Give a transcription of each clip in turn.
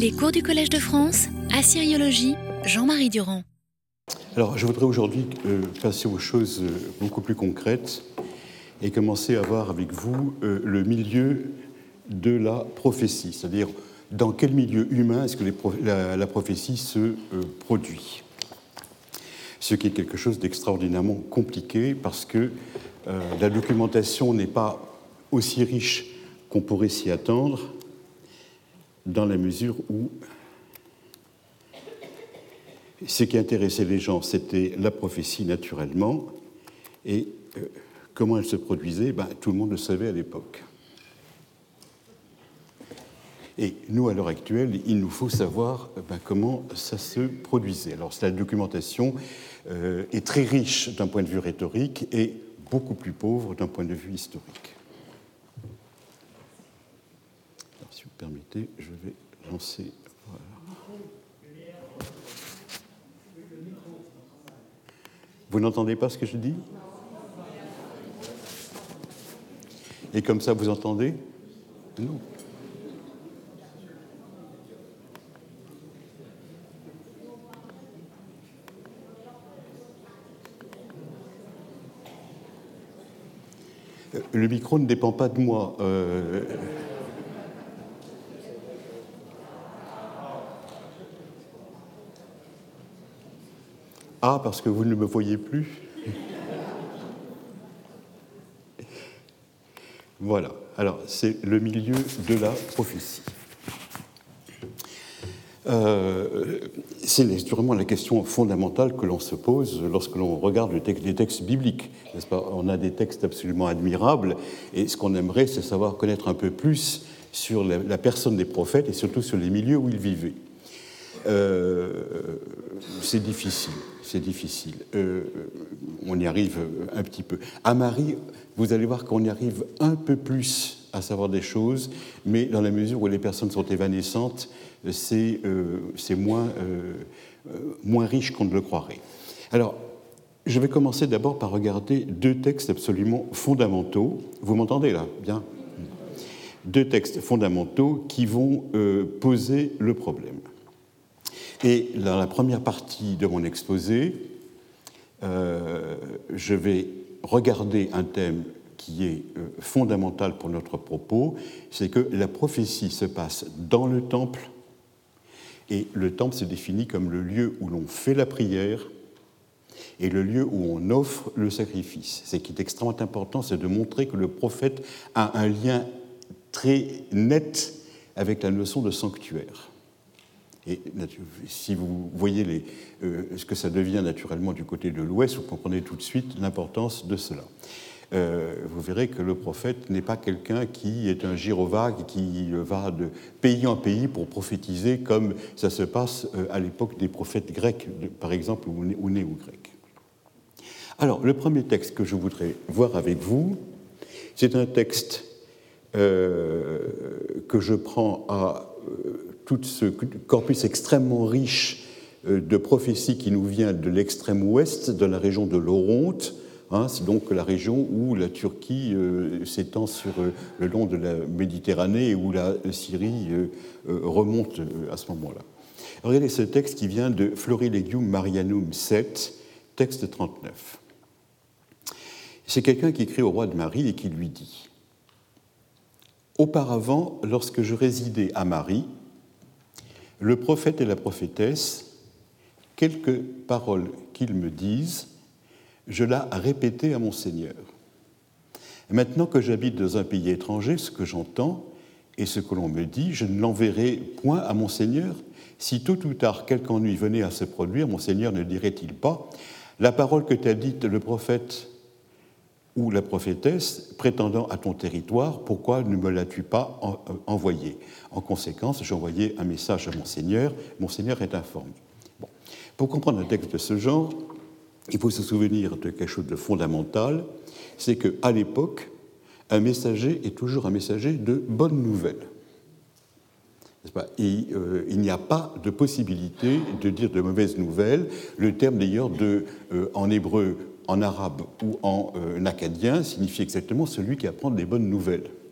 Les cours du Collège de France, Assyriologie, Jean-Marie Durand. Alors, je voudrais aujourd'hui passer aux choses beaucoup plus concrètes et commencer à voir avec vous le milieu de la prophétie, c'est-à-dire dans quel milieu humain est-ce que la prophétie se produit. Ce qui est quelque chose d'extraordinairement compliqué parce que la documentation n'est pas aussi riche qu'on pourrait s'y attendre dans la mesure où ce qui intéressait les gens, c'était la prophétie naturellement, et comment elle se produisait, tout le monde le savait à l'époque. Et nous, à l'heure actuelle, il nous faut savoir comment ça se produisait. Alors, la documentation est très riche d'un point de vue rhétorique et beaucoup plus pauvre d'un point de vue historique. Alors, si vous permettez, je vais lancer... Voilà. Vous n'entendez pas ce que je dis? Et comme ça, vous entendez? Non. Le micro ne dépend pas de moi. Ah, parce que vous ne me voyez plus. Voilà. Alors, c'est le milieu de la prophétie. C'est naturellement la question fondamentale que l'on se pose lorsque l'on regarde les textes bibliques, n'est-ce pas? On a des textes absolument admirables, et ce qu'on aimerait, c'est savoir connaître un peu plus sur la personne des prophètes et surtout sur les milieux où ils vivaient. C'est difficile. On y arrive un petit peu. À Marie, vous allez voir qu'on y arrive un peu plus à savoir des choses, mais dans la mesure où les personnes sont évanescentes, c'est moins riche qu'on ne le croirait. Alors, je vais commencer d'abord par regarder deux textes absolument fondamentaux. Vous m'entendez là? Bien? Deux textes fondamentaux qui vont poser le problème. Et dans la première partie de mon exposé, je vais regarder un thème qui est fondamental pour notre propos, c'est que la prophétie se passe dans le temple, et le temple se définit comme le lieu où l'on fait la prière et le lieu où on offre le sacrifice. Ce qui est extrêmement important, c'est de montrer que le prophète a un lien très net avec la notion de sanctuaire. Et si vous voyez ce que ça devient naturellement du côté de l'Ouest, vous comprenez tout de suite l'importance de cela. Vous verrez que le prophète n'est pas quelqu'un qui est un gyrovague et qui va de pays en pays pour prophétiser comme ça se passe à l'époque des prophètes grecs, par exemple, ou néo-grecs. Alors, le premier texte que je voudrais voir avec vous, c'est un texte que je prends à tout ce corpus extrêmement riche de prophéties qui nous vient de l'extrême ouest, de la région de l'Oronte. C'est donc la région où la Turquie s'étend sur le long de la Méditerranée et où la Syrie remonte à ce moment-là. Regardez ce texte qui vient de Florilegium Marianum 7, texte 39. C'est quelqu'un qui écrit au roi de Marie et qui lui dit « Auparavant, lorsque je résidais à Marie, le prophète et la prophétesse, quelques paroles qu'ils me disent, je l'ai répété à mon Seigneur. Maintenant que j'habite dans un pays étranger, ce que j'entends et ce que l'on me dit, je ne l'enverrai point à mon Seigneur. Si tôt ou tard quelque ennui venait à se produire, mon Seigneur ne dirait-il pas « La parole que t'a dite le prophète ou la prophétesse, prétendant à ton territoire, pourquoi ne me l'as-tu pas envoyé ?» En conséquence, j'ai envoyé un message à mon Seigneur est informé. Bon. Pour comprendre un texte de ce genre, il faut se souvenir de quelque chose de fondamental, c'est qu'à l'époque, un messager est toujours un messager de bonnes nouvelles. N'est-ce pas? Et il n'y a pas de possibilité de dire de mauvaises nouvelles. Le terme d'ailleurs en hébreu, en arabe ou en acadien signifie exactement celui qui apprend des bonnes nouvelles.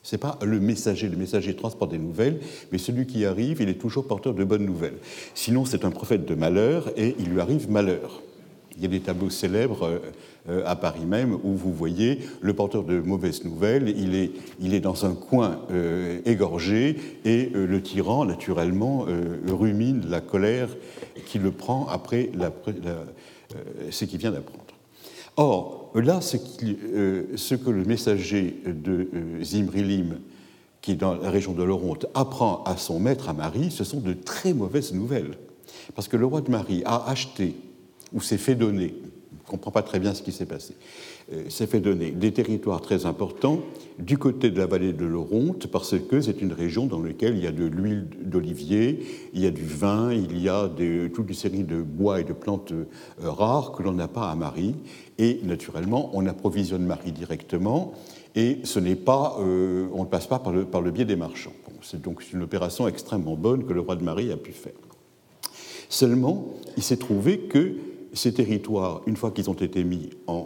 Ce n'est pas le messager transporte des nouvelles, mais celui qui arrive, il est toujours porteur de bonnes nouvelles. Sinon, c'est un prophète de malheur et il lui arrive malheur. Il y a des tableaux célèbres à Paris même où vous voyez le porteur de mauvaises nouvelles, il est dans un coin égorgé et le tyran, naturellement, rumine la colère qui le prend après ce qu'il vient d'apprendre. Or, là, ce que le messager de Zimrilim, qui est dans la région de l'Oronte, apprend à son maître, à Marie, ce sont de très mauvaises nouvelles. Parce que le roi de Marie a acheté, ou s'est fait donner, on ne comprend pas très bien ce qui s'est passé, s'est fait donner des territoires très importants du côté de la vallée de l'Oronte, parce que c'est une région dans laquelle il y a de l'huile d'olivier, il y a du vin, il y a toute une série de bois et de plantes rares que l'on n'a pas à Marie. Et naturellement, on approvisionne Marie directement, et ce n'est pas, on ne passe pas par le biais des marchands. Bon, c'est donc une opération extrêmement bonne que le roi de Marie a pu faire. Seulement, il s'est trouvé que ces territoires, une fois qu'ils ont été mis en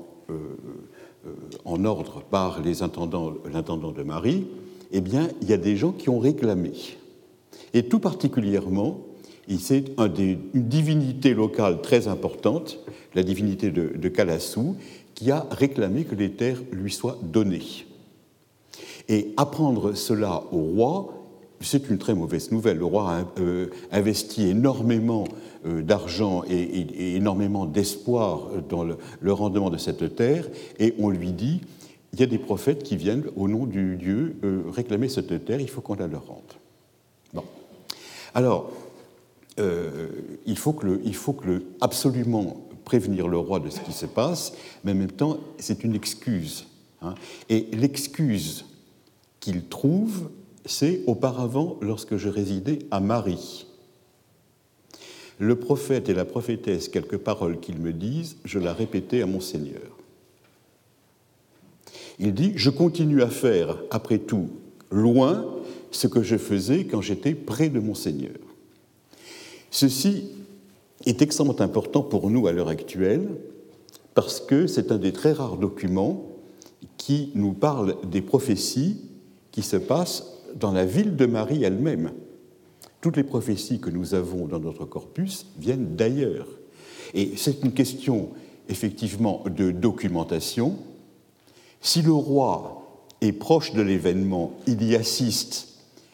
ordre par l'intendant de Marie, eh bien, il y a des gens qui ont réclamé. Et tout particulièrement, c'est une divinité locale très importante, la divinité de Calassou, qui a réclamé que les terres lui soient données. Et apprendre cela au roi, c'est une très mauvaise nouvelle. Le roi a investi énormément d'argent et énormément d'espoir dans le rendement de cette terre, et on lui dit, il y a des prophètes qui viennent au nom du Dieu réclamer cette terre, il faut qu'on la leur rende. Bon. Alors, il faut absolument prévenir le roi de ce qui se passe, mais en même temps, c'est une excuse. Et l'excuse qu'il trouve, c'est auparavant, lorsque je résidais à Marie. Le prophète et la prophétesse, quelques paroles qu'ils me disent, je la répétais à mon Seigneur. Il dit, je continue à faire, après tout, loin, ce que je faisais quand j'étais près de mon Seigneur. Ceci est extrêmement important pour nous à l'heure actuelle, parce que c'est un des très rares documents qui nous parle des prophéties qui se passent dans la ville de Marie elle-même. Toutes les prophéties que nous avons dans notre corpus viennent d'ailleurs. Et c'est une question, effectivement, de documentation. Si le roi est proche de l'événement, il y assiste,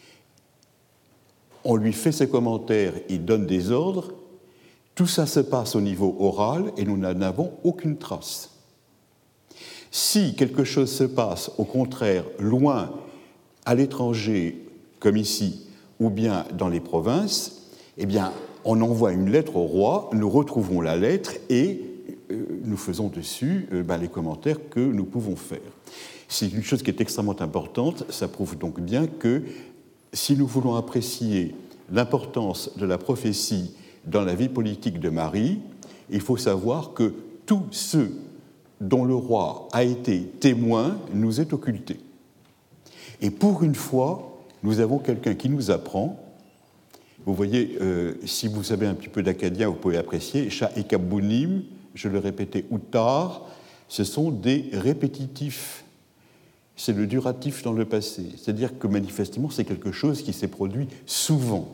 on lui fait ses commentaires, il donne des ordres, tout ça se passe au niveau oral et nous n'en avons aucune trace. Si quelque chose se passe, au contraire, loin, à l'étranger, comme ici, ou bien dans les provinces, eh bien, on envoie une lettre au roi, nous retrouvons la lettre et nous faisons dessus les commentaires que nous pouvons faire. C'est une chose qui est extrêmement importante, ça prouve donc bien que si nous voulons apprécier l'importance de la prophétie dans la vie politique de Marie, il faut savoir que tout ce dont le roi a été témoin nous est occulté. Et pour une fois, nous avons quelqu'un qui nous apprend. Vous voyez, si vous savez un petit peu d'acadien, vous pouvez apprécier, Sha et Kabunim, je le répétais, Outar, ce sont des répétitifs. C'est le duratif dans le passé. C'est-à-dire que manifestement, c'est quelque chose qui s'est produit souvent.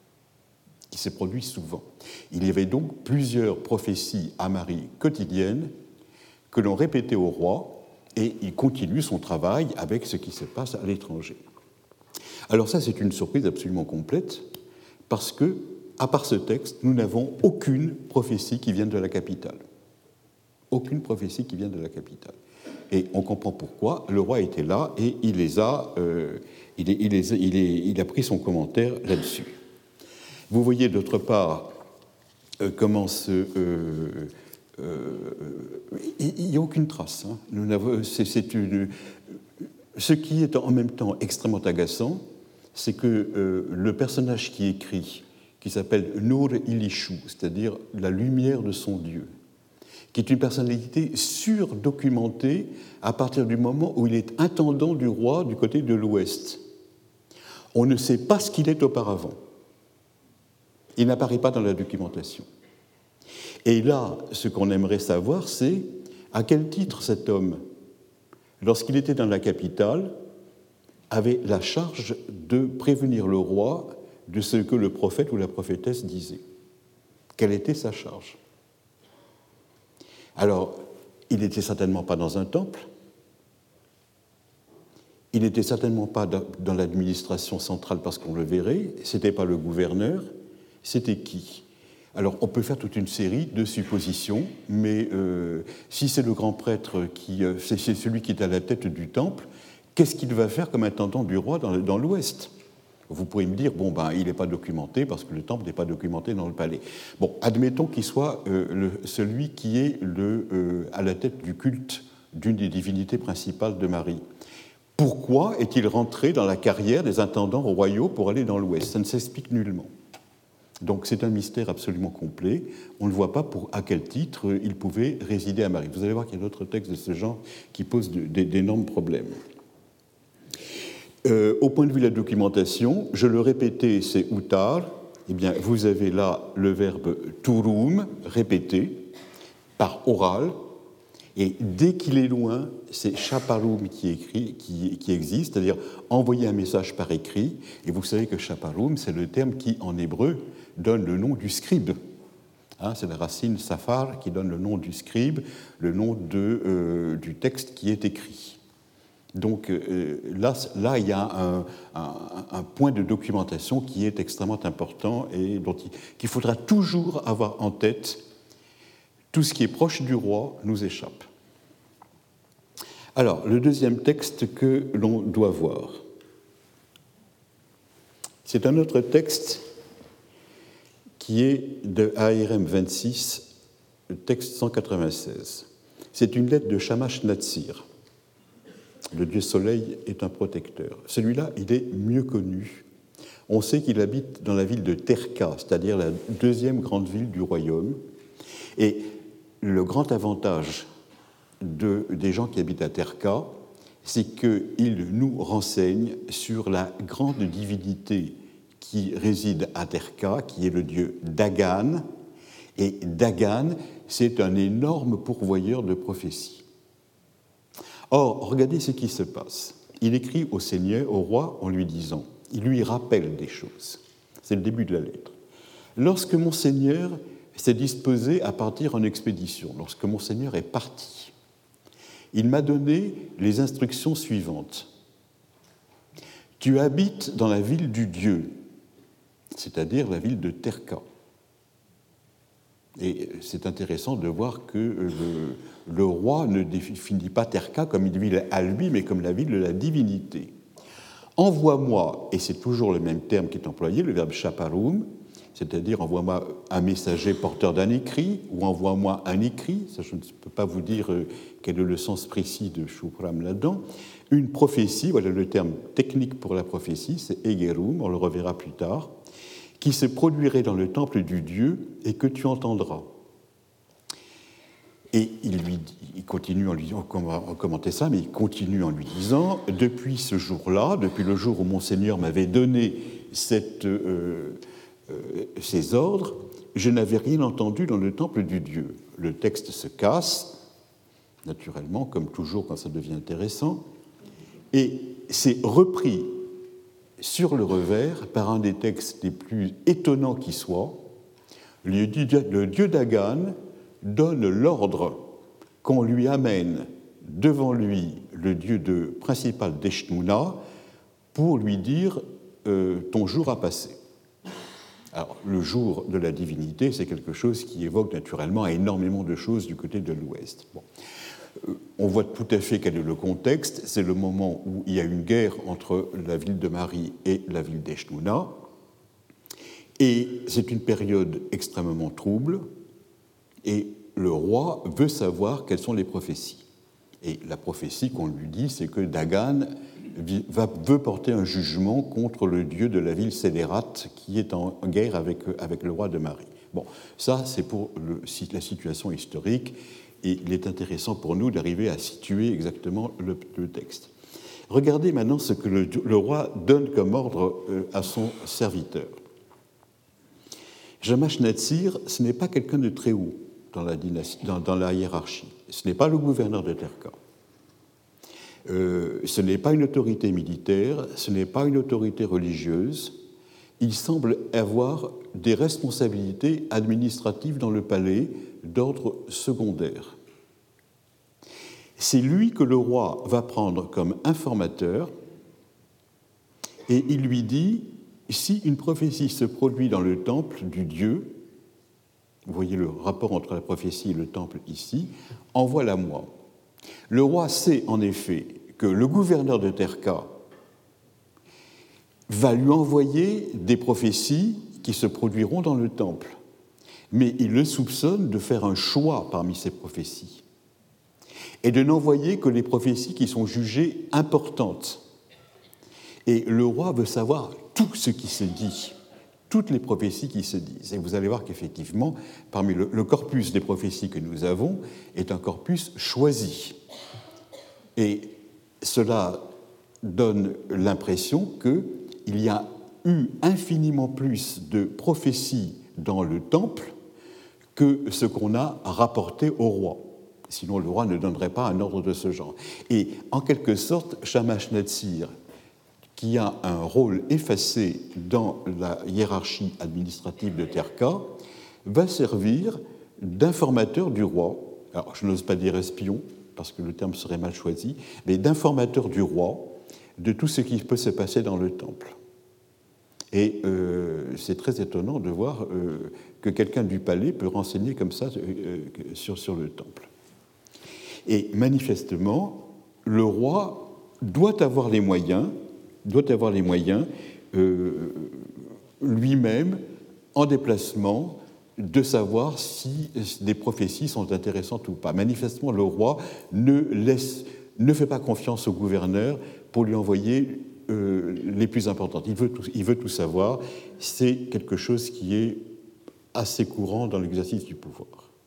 Il y avait donc plusieurs prophéties à Marie quotidiennes que l'on répétait au roi, et il continue son travail avec ce qui se passe à l'étranger. Alors ça, c'est une surprise absolument complète, parce que, à part ce texte, nous n'avons aucune prophétie qui vienne de la capitale. Aucune prophétie qui vienne de la capitale. Et on comprend pourquoi. Le roi était là et il a pris son commentaire là-dessus. Vous voyez d'autre part comment il n'y a aucune trace. Ce qui est en même temps extrêmement agaçant, c'est que le personnage qui écrit, qui s'appelle Nour Ilishou, c'est-à-dire la lumière de son Dieu, qui est une personnalité surdocumentée à partir du moment où il est intendant du roi du côté de l'Ouest. On ne sait pas ce qu'il est auparavant. Il n'apparaît pas dans la documentation. Et là, ce qu'on aimerait savoir, c'est à quel titre cet homme, lorsqu'il était dans la capitale, avait la charge de prévenir le roi de ce que le prophète ou la prophétesse disait. Quelle était sa charge? Alors, il n'était certainement pas dans un temple, il n'était certainement pas dans l'administration centrale parce qu'on le verrait, ce n'était pas le gouverneur, c'était qui? Alors, on peut faire toute une série de suppositions, mais si c'est le grand prêtre, c'est celui qui est à la tête du temple, qu'est-ce qu'il va faire comme intendant du roi dans l'Ouest? Vous pourrez me dire, il n'est pas documenté parce que le temple n'est pas documenté dans le palais. Bon, admettons qu'il soit celui qui est à la tête du culte d'une des divinités principales de Marie. Pourquoi est-il rentré dans la carrière des intendants royaux pour aller dans l'Ouest? Ça ne s'explique nullement. Donc c'est un mystère absolument complet. On ne voit pas à quel titre il pouvait résider à Marie. Vous allez voir qu'il y a d'autres textes de ce genre qui posent d'énormes problèmes. Au point de vue de la documentation, je le répétais, c'est utar. Eh bien, vous avez là le verbe turum, répéter, par oral. Et dès qu'il est loin, c'est chaparum qui existe, c'est-à-dire envoyer un message par écrit. Et vous savez que chaparum, c'est le terme qui, en hébreu, donne le nom du scribe. C'est la racine safar qui donne le nom du scribe, le nom du texte qui est écrit. Donc là, il y a un point de documentation qui est extrêmement important et qu'il faudra toujours avoir en tête. Tout ce qui est proche du roi nous échappe. Alors, le deuxième texte que l'on doit voir, c'est un autre texte qui est de ARM 26, le texte 196. C'est une lettre de Shamash Natsir. Le dieu soleil est un protecteur. Celui-là, il est mieux connu. On sait qu'il habite dans la ville de Terka, c'est-à-dire la deuxième grande ville du royaume. Et le grand avantage des gens qui habitent à Terka, c'est qu'ils nous renseignent sur la grande divinité qui réside à Terka, qui est le dieu Dagan. Et Dagan, c'est un énorme pourvoyeur de prophéties. Or, regardez ce qui se passe. Il écrit au Seigneur, au roi, en lui disant, il lui rappelle des choses. C'est le début de la lettre. Lorsque mon Seigneur s'est disposé à partir en expédition, lorsque mon Seigneur est parti, il m'a donné les instructions suivantes. Tu habites dans la ville du Dieu, c'est-à-dire la ville de Terka. Et c'est intéressant de voir que le roi ne définit pas Terka comme une ville à lui, mais comme la ville de la divinité. Envoie-moi, et c'est toujours le même terme qui est employé, le verbe chaparum, c'est-à-dire envoie-moi un messager porteur d'un écrit, ou envoie-moi un écrit, ça je ne peux pas vous dire quel est le sens précis de Shupram là-dedans, une prophétie, voilà le terme technique pour la prophétie, c'est egerum, on le reverra plus tard, qui se produirait dans le temple du Dieu et que tu entendras. Et il continue en lui disant, on va commenter ça, mais il continue en lui disant, depuis ce jour-là, depuis le jour où mon Seigneur m'avait donné ces ordres, je n'avais rien entendu dans le temple du Dieu. Le texte se casse, naturellement, comme toujours quand ça devient intéressant, et c'est repris sur le revers par un des textes les plus étonnants qui soit. Le dieu Dagan donne l'ordre qu'on lui amène devant lui le dieu principal d'Eshnouna pour lui dire ton jour a passé. Alors, le jour de la divinité, c'est quelque chose qui évoque naturellement énormément de choses du côté de l'Ouest. Bon. On voit tout à fait quel est le contexte. C'est le moment où il y a une guerre entre la ville de Marie et la ville d'Eshnouna. Et c'est une période extrêmement trouble. Et le roi veut savoir quelles sont les prophéties. Et la prophétie qu'on lui dit, c'est que Dagan veut porter un jugement contre le dieu de la ville Sélérat qui est en guerre avec le roi de Marie. Bon, ça, c'est pour la situation historique. Et il est intéressant pour nous d'arriver à situer exactement le texte. Regardez maintenant ce que le roi donne comme ordre à son serviteur. Shamash Natsir, ce n'est pas quelqu'un de très haut dans la hiérarchie. Ce n'est pas le gouverneur de Terka. Ce n'est pas une autorité militaire, ce n'est pas une autorité religieuse. Il semble avoir des responsabilités administratives dans le palais d'ordre secondaire. C'est lui que le roi va prendre comme informateur et il lui dit, si une prophétie se produit dans le temple du Dieu, vous voyez le rapport entre la prophétie et le temple ici, envoie-la moi. Le roi sait en effet que le gouverneur de Terka va lui envoyer des prophéties qui se produiront dans le temple, mais il le soupçonne de faire un choix parmi ces prophéties et de n'envoyer que les prophéties qui sont jugées importantes. Et le roi veut savoir tout ce qui se dit, toutes les prophéties qui se disent. Et vous allez voir qu'effectivement, parmi le corpus des prophéties que nous avons, est un corpus choisi. Et cela donne l'impression qu'il y a eu infiniment plus de prophéties dans le temple que ce qu'on a rapporté au roi. Sinon, le roi ne donnerait pas un ordre de ce genre. Et en quelque sorte, Shamash-Natsir, qui a un rôle effacé dans la hiérarchie administrative de Terka, va servir d'informateur du roi, alors je n'ose pas dire espion, parce que le terme serait mal choisi, mais d'informateur du roi de tout ce qui peut se passer dans le temple. Et c'est très étonnant de voir que quelqu'un du palais peut renseigner comme ça sur le temple. Et manifestement, le roi doit avoir les moyens lui-même, en déplacement, de savoir si des prophéties sont intéressantes ou pas. Manifestement, le roi ne fait pas confiance au gouverneur pour lui envoyer les plus importantes. Il veut tout savoir. C'est quelque chose qui est assez courant dans l'exercice du pouvoir.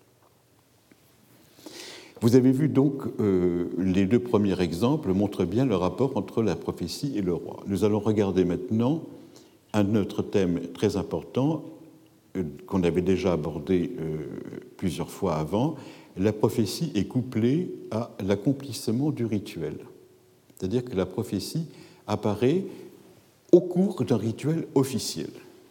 Vous avez vu donc les deux premiers exemples montrent bien le rapport entre la prophétie et le roi. Nous allons regarder maintenant un autre thème très important qu'on avait déjà abordé plusieurs fois avant. La prophétie est couplée à l'accomplissement du rituel. C'est-à-dire que la prophétie apparaît au cours d'un rituel officiel.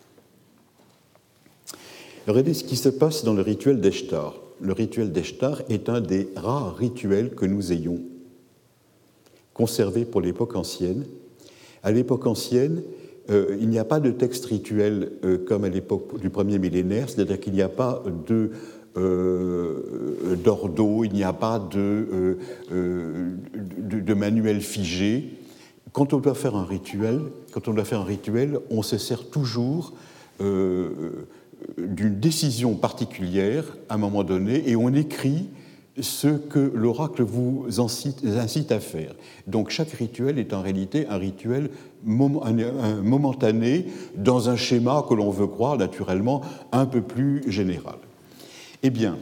Regardez ce qui se passe dans le rituel d'Eshtar. Le rituel d'Eshtar est un des rares rituels que nous ayons conservés pour l'époque ancienne. À l'époque ancienne, il n'y a pas de texte rituel comme à l'époque du premier millénaire, c'est-à-dire qu'il n'y a pas d'ordo, il n'y a pas de manuel figé. Quand on doit faire un rituel, on se sert toujours d'une décision particulière à un moment donné et on écrit ce que l'oracle vous incite à faire. Donc chaque rituel est en réalité un rituel momentané dans un schéma que l'on veut croire naturellement un peu plus général. Eh bien,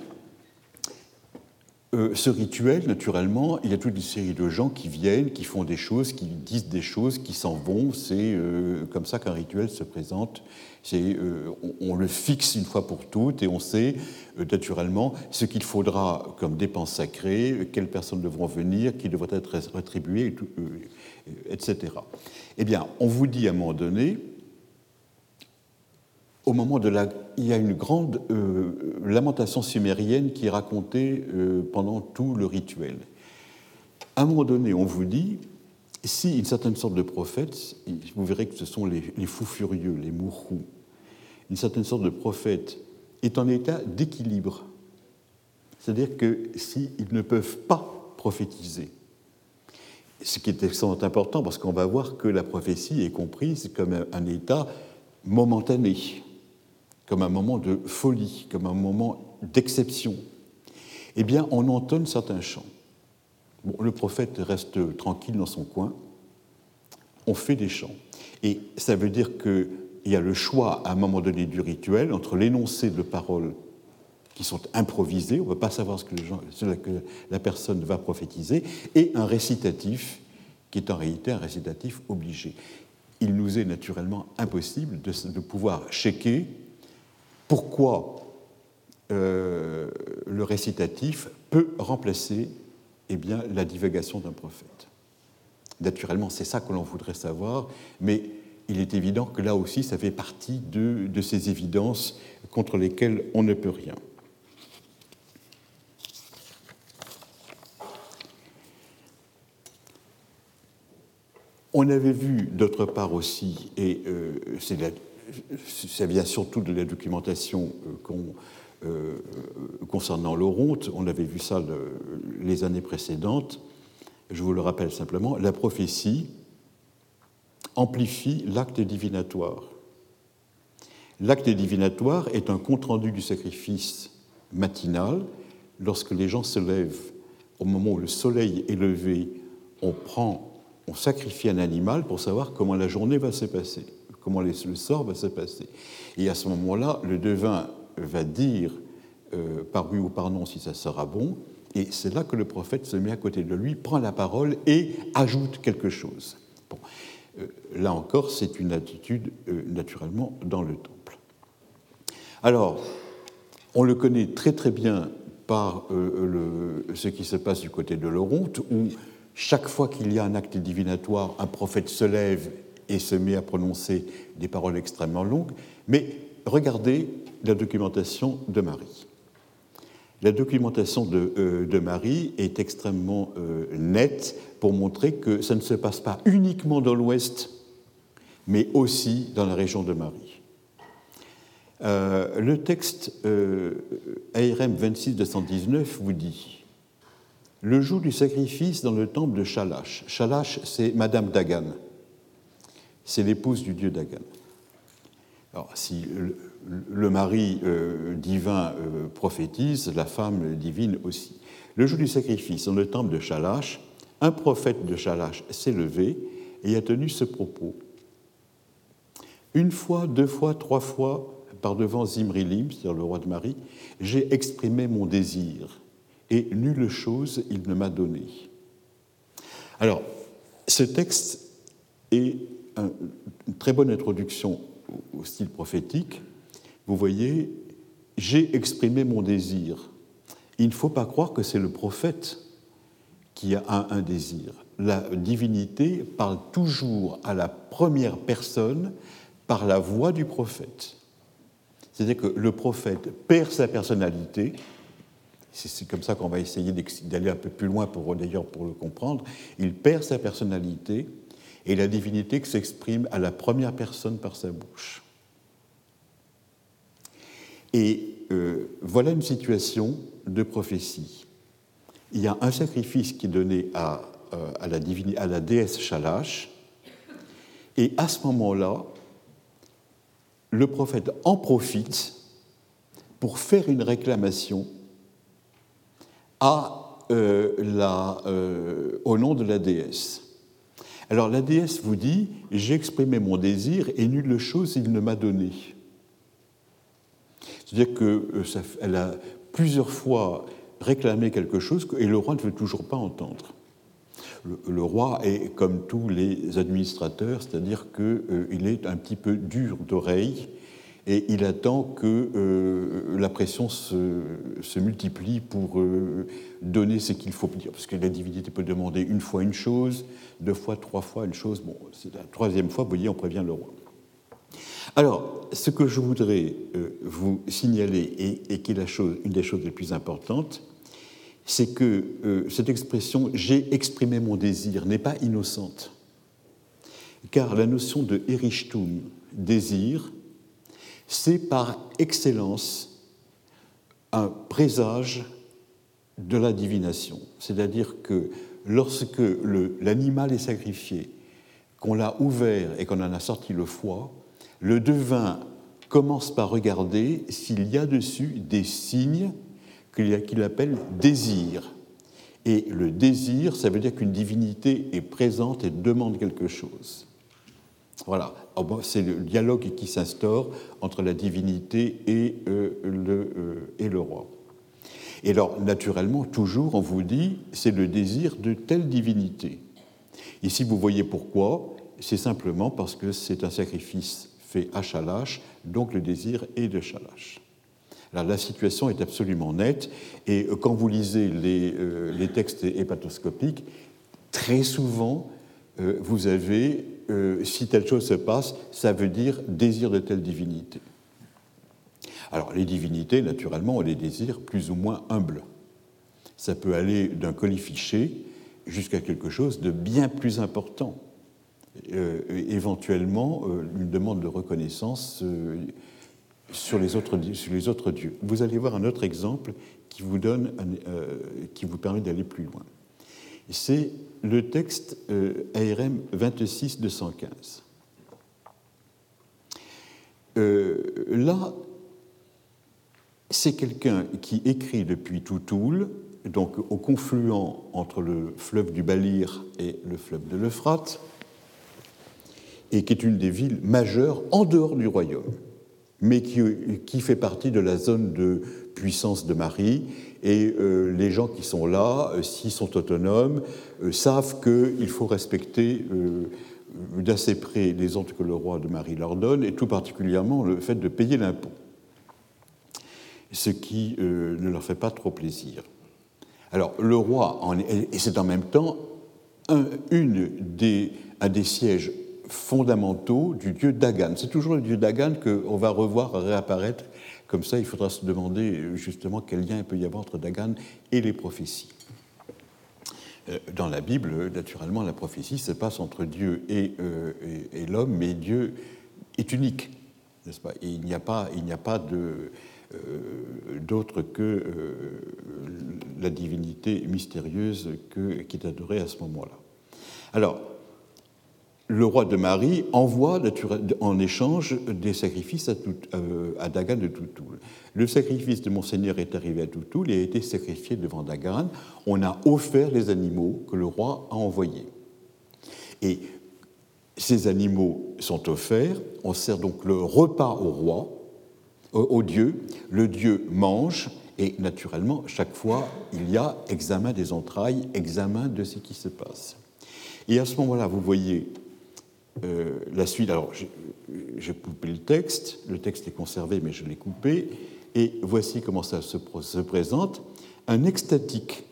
ce rituel, naturellement, il y a toute une série de gens qui viennent, qui font des choses, qui disent des choses, qui s'en vont. C'est comme ça qu'un rituel se présente. On le fixe une fois pour toutes et on sait naturellement ce qu'il faudra comme dépenses sacrées, quelles personnes devront venir, qui devraient être rétribuées, etc. Eh bien, on vous dit à un moment donné, il y a une grande lamentation sumérienne qui est racontée pendant tout le rituel. À un moment donné, on vous dit, si une certaine sorte de prophète, vous verrez que ce sont les fous furieux, les mourous, une certaine sorte de prophète est en état d'équilibre. C'est-à-dire que s'ils ne peuvent pas prophétiser, ce qui est extrêmement important parce qu'on va voir que la prophétie est comprise comme un état momentané, comme un moment de folie, comme un moment d'exception, eh bien, on entonne certains chants. Bon, le prophète reste tranquille dans son coin, on fait des chants. Et ça veut dire qu'il y a le choix, à un moment donné du rituel, entre l'énoncé de paroles qui sont improvisées, on ne peut pas savoir ce que la personne va prophétiser, et un récitatif, qui est en réalité un récitatif obligé. Il nous est naturellement impossible de pouvoir checker pourquoi le récitatif peut remplacer la divagation d'un prophète. naturellement, c'est ça que l'on voudrait savoir, mais il est évident que là aussi, ça fait partie de ces évidences contre lesquelles on ne peut rien. On avait vu d'autre part aussi, et ça vient surtout de la documentation concernant l'Oronte, on avait vu ça les années précédentes, je vous le rappelle simplement, la prophétie amplifie l'acte divinatoire. L'acte divinatoire est un compte-rendu du sacrifice matinal. Lorsque les gens se lèvent, au moment où le soleil est levé, on sacrifie un animal pour savoir comment la journée va se passer, comment le sort va se passer. Et à ce moment-là, le devin va dire par oui ou par non si ça sera bon, et c'est là que le prophète se met à côté de lui, prend la parole et ajoute quelque chose. Bon. Là encore, c'est une attitude naturellement dans le temple. Alors, on le connaît très très bien par ce qui se passe du côté de l'Oronte, où chaque fois qu'il y a un acte divinatoire, un prophète se lève et se met à prononcer des paroles extrêmement longues. Mais regardez la documentation de Marie. La documentation de Marie est extrêmement nette pour montrer que ça ne se passe pas uniquement dans l'Ouest, mais aussi dans la région de Marie. Le texte ARM 26-219 vous dit « Le jour du sacrifice dans le temple de Shalash ». Shalash, c'est Madame Dagan. C'est l'épouse du dieu Dagan. Alors, si le mari divin prophétise, la femme divine aussi. Le jour du sacrifice dans le temple de Shalash, un prophète de Shalash s'est levé et a tenu ce propos. Une fois, deux fois, trois fois, par devant Zimrilim, c'est-à-dire le roi de Marie, j'ai exprimé mon désir, et nulle chose il ne m'a donné. Alors, ce texte est une très bonne introduction au style prophétique. Vous voyez, j'ai exprimé mon désir. Il ne faut pas croire que c'est le prophète qui a un désir. La divinité parle toujours à la première personne par la voix du prophète. C'est-à-dire que le prophète perd sa personnalité. C'est comme ça qu'on va essayer d'aller un peu plus loin d'ailleurs pour le comprendre. Il perd sa personnalité et la divinité s'exprime à la première personne par sa bouche. Et voilà une situation de prophétie. Il y a un sacrifice qui est donné à la déesse Shalash, et à ce moment-là, le prophète en profite pour faire une réclamation au nom de la déesse. Alors la déesse vous dit « J'ai exprimé mon désir et nulle chose il ne m'a donné ». C'est-à-dire qu'elle a plusieurs fois réclamé quelque chose et le roi ne veut toujours pas entendre. Le roi est comme tous les administrateurs, c'est-à-dire qu'il est un petit peu dur d'oreille et il attend que la pression se multiplie pour donner ce qu'il faut dire. Parce que la divinité peut demander une fois une chose, deux fois, trois fois une chose. Bon, c'est la troisième fois, vous voyez, on prévient le roi. Alors, ce que je voudrais vous signaler, et qui est une des choses les plus importantes, c'est que cette expression « j'ai exprimé mon désir » n'est pas innocente. Car la notion de Erishtum, désir, c'est par excellence un présage de la divination. C'est-à-dire que lorsque l'animal est sacrifié, qu'on l'a ouvert et qu'on en a sorti le foie, le devin commence par regarder s'il y a dessus des signes qu'il appelle désir. Et le désir, ça veut dire qu'une divinité est présente et demande quelque chose. Voilà, c'est le dialogue qui s'instaure entre la divinité et le roi. Et alors, naturellement, toujours, on vous dit, c'est le désir de telle divinité. Ici, vous voyez pourquoi, c'est simplement parce que c'est un sacrifice fait à Shalash, donc le désir est de Shalash. Alors, la situation est absolument nette, et quand vous lisez les textes hépatoscopiques, très souvent, vous avez, si telle chose se passe, ça veut dire désir de telle divinité. Alors, les divinités, naturellement, ont des désirs plus ou moins humbles. Ça peut aller d'un colifichet jusqu'à quelque chose de bien plus important. Éventuellement, une demande de reconnaissance sur les autres dieux. Vous allez voir un autre exemple qui vous permet d'aller plus loin. C'est le texte ARM 26-215. Là, c'est quelqu'un qui écrit depuis Toutoul, donc au confluent entre le fleuve du Balyr et le fleuve de l'Euphrate, et qui est une des villes majeures en dehors du royaume, mais qui fait partie de la zone de puissance de Marie. Et les gens qui sont là, s'ils sont autonomes, savent qu'il faut respecter d'assez près les ordres que le roi de Marie leur donne, et tout particulièrement le fait de payer l'impôt, ce qui ne leur fait pas trop plaisir. Alors, le roi, et c'est en même temps un des sièges fondamentaux du dieu Dagan. C'est toujours le dieu Dagan qu'on va revoir réapparaître. Comme ça, il faudra se demander justement quel lien il peut y avoir entre Dagan et les prophéties. Dans la Bible, naturellement, la prophétie se passe entre Dieu et l'homme, mais Dieu est unique, n'est-ce pas? Et il n'y a pas d'autre que la divinité mystérieuse qui est adorée à ce moment-là. Alors, le roi de Marie envoie en échange des sacrifices à Dagan de Toutoul. Le sacrifice de Monseigneur est arrivé à Toutoul et a été sacrifié devant Dagan. On a offert les animaux que le roi a envoyés. Et ces animaux sont offerts, on sert donc le repas au roi, au dieu, le dieu mange, et naturellement, chaque fois, il y a examen des entrailles, examen de ce qui se passe. Et à ce moment-là, vous voyez la suite. Alors, j'ai coupé le texte est conservé, mais je l'ai coupé, et voici comment ça se présente. Un extatique.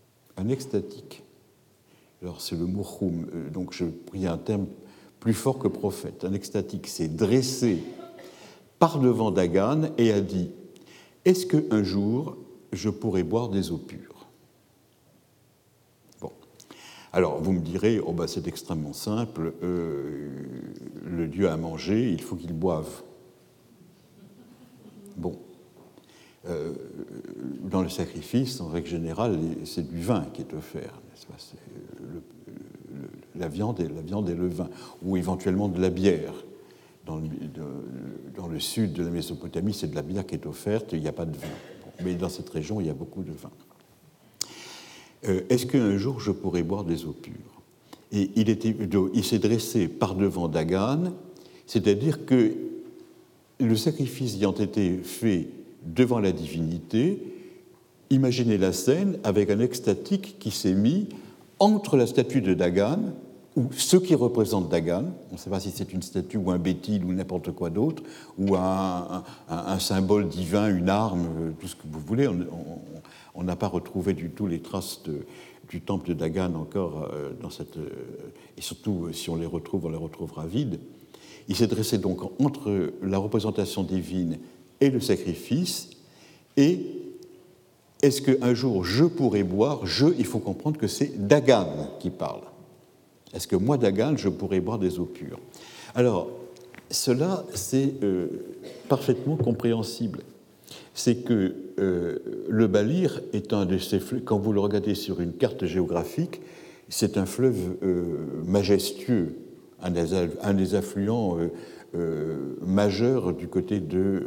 Alors, c'est le mot choum, donc je pris un terme plus fort que prophète. Un extatique s'est dressé par devant Dagan et a dit « Est-ce qu'un jour, je pourrai boire des eaux pures ?» Bon. Alors, vous me direz, oh ben, c'est extrêmement simple, le dieu a mangé, il faut qu'il boive. Bon. Dans le sacrifice, en règle générale, c'est du vin qui est offert, n'est-ce pas? C'est la viande et le vin, ou éventuellement de la bière. Dans le sud de la Mésopotamie, c'est de la bière qui est offerte, il n'y a pas de vin. Bon, mais dans cette région, il y a beaucoup de vin. Est-ce qu'un jour je pourrai boire des eaux pures? Et il s'est dressé par devant Dagan, c'est-à-dire que le sacrifice ayant été fait devant la divinité, imaginez la scène avec un extatique qui s'est mis entre la statue de Dagan, ou ce qui représente Dagan, on ne sait pas si c'est une statue ou un bétil ou n'importe quoi d'autre, ou un symbole divin, une arme, tout ce que vous voulez. On n'a pas retrouvé du tout les traces du temple de Dagan encore dans cette... et surtout, si on les retrouvera vides. Il s'est dressé donc entre la représentation divine et le sacrifice, et est-ce qu'un jour je pourrai boire, il faut comprendre que c'est Dagan qui parle. Est-ce que moi, Dagan, je pourrais boire des eaux pures? Alors, cela, c'est parfaitement compréhensible. C'est que le Balyr est un de ces fleuves, quand vous le regardez sur une carte géographique, c'est un fleuve majestueux, un des affluents majeurs du côté de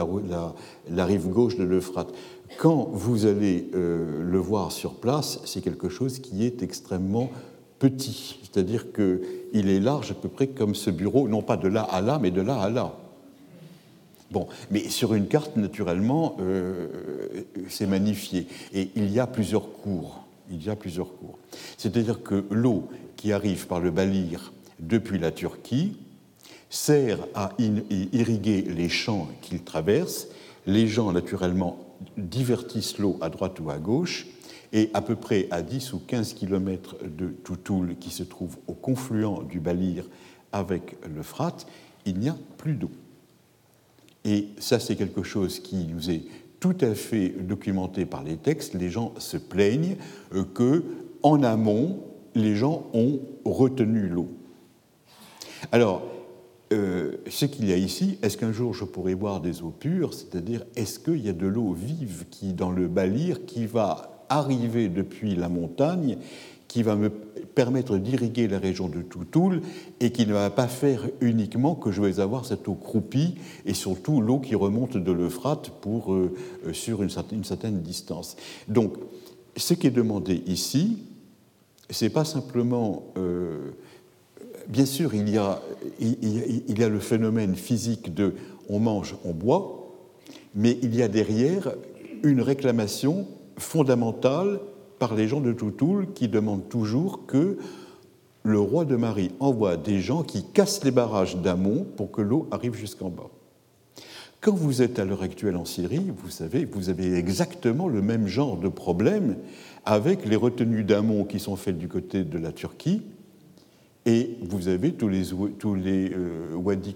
la rive gauche de l'Euphrate. Quand vous allez le voir sur place, c'est quelque chose qui est extrêmement petit, c'est-à-dire qu'il est large à peu près comme ce bureau, non pas de là à là, mais de là à là. Bon, mais sur une carte, naturellement, c'est magnifié. Et il y a plusieurs cours. C'est-à-dire que l'eau qui arrive par le Balyr depuis la Turquie sert à irriguer les champs qu'il traverse. Les gens, naturellement, divertissent l'eau à droite ou à gauche. Et à peu près à 10 ou 15 kilomètres de Toutoul, qui se trouve au confluent du Balir avec l'Euphrate, il n'y a plus d'eau. Et ça, c'est quelque chose qui nous est tout à fait documenté par les textes. Les gens se plaignent qu'en amont, les gens ont retenu l'eau. Alors, ce qu'il y a ici, est-ce qu'un jour je pourrai boire des eaux pures, c'est-à-dire est-ce qu'il y a de l'eau vive qui, dans le Balir, qui va arriver depuis la montagne, qui va me permettre d'irriguer la région de Toutoul et qui ne va pas faire uniquement que je vais avoir cette eau croupie et surtout l'eau qui remonte de l'Euphrate sur une certaine distance. Donc, ce qui est demandé ici, ce n'est pas simplement... bien sûr, il y a le phénomène physique de on mange, on boit, mais il y a derrière une réclamation fondamentale par les gens de Toutoul qui demandent toujours que le roi de Mari envoie des gens qui cassent les barrages d'amont pour que l'eau arrive jusqu'en bas. Quand vous êtes à l'heure actuelle en Syrie, vous savez, vous avez exactement le même genre de problème avec les retenues d'amont qui sont faites du côté de la Turquie, et vous avez tous les wadis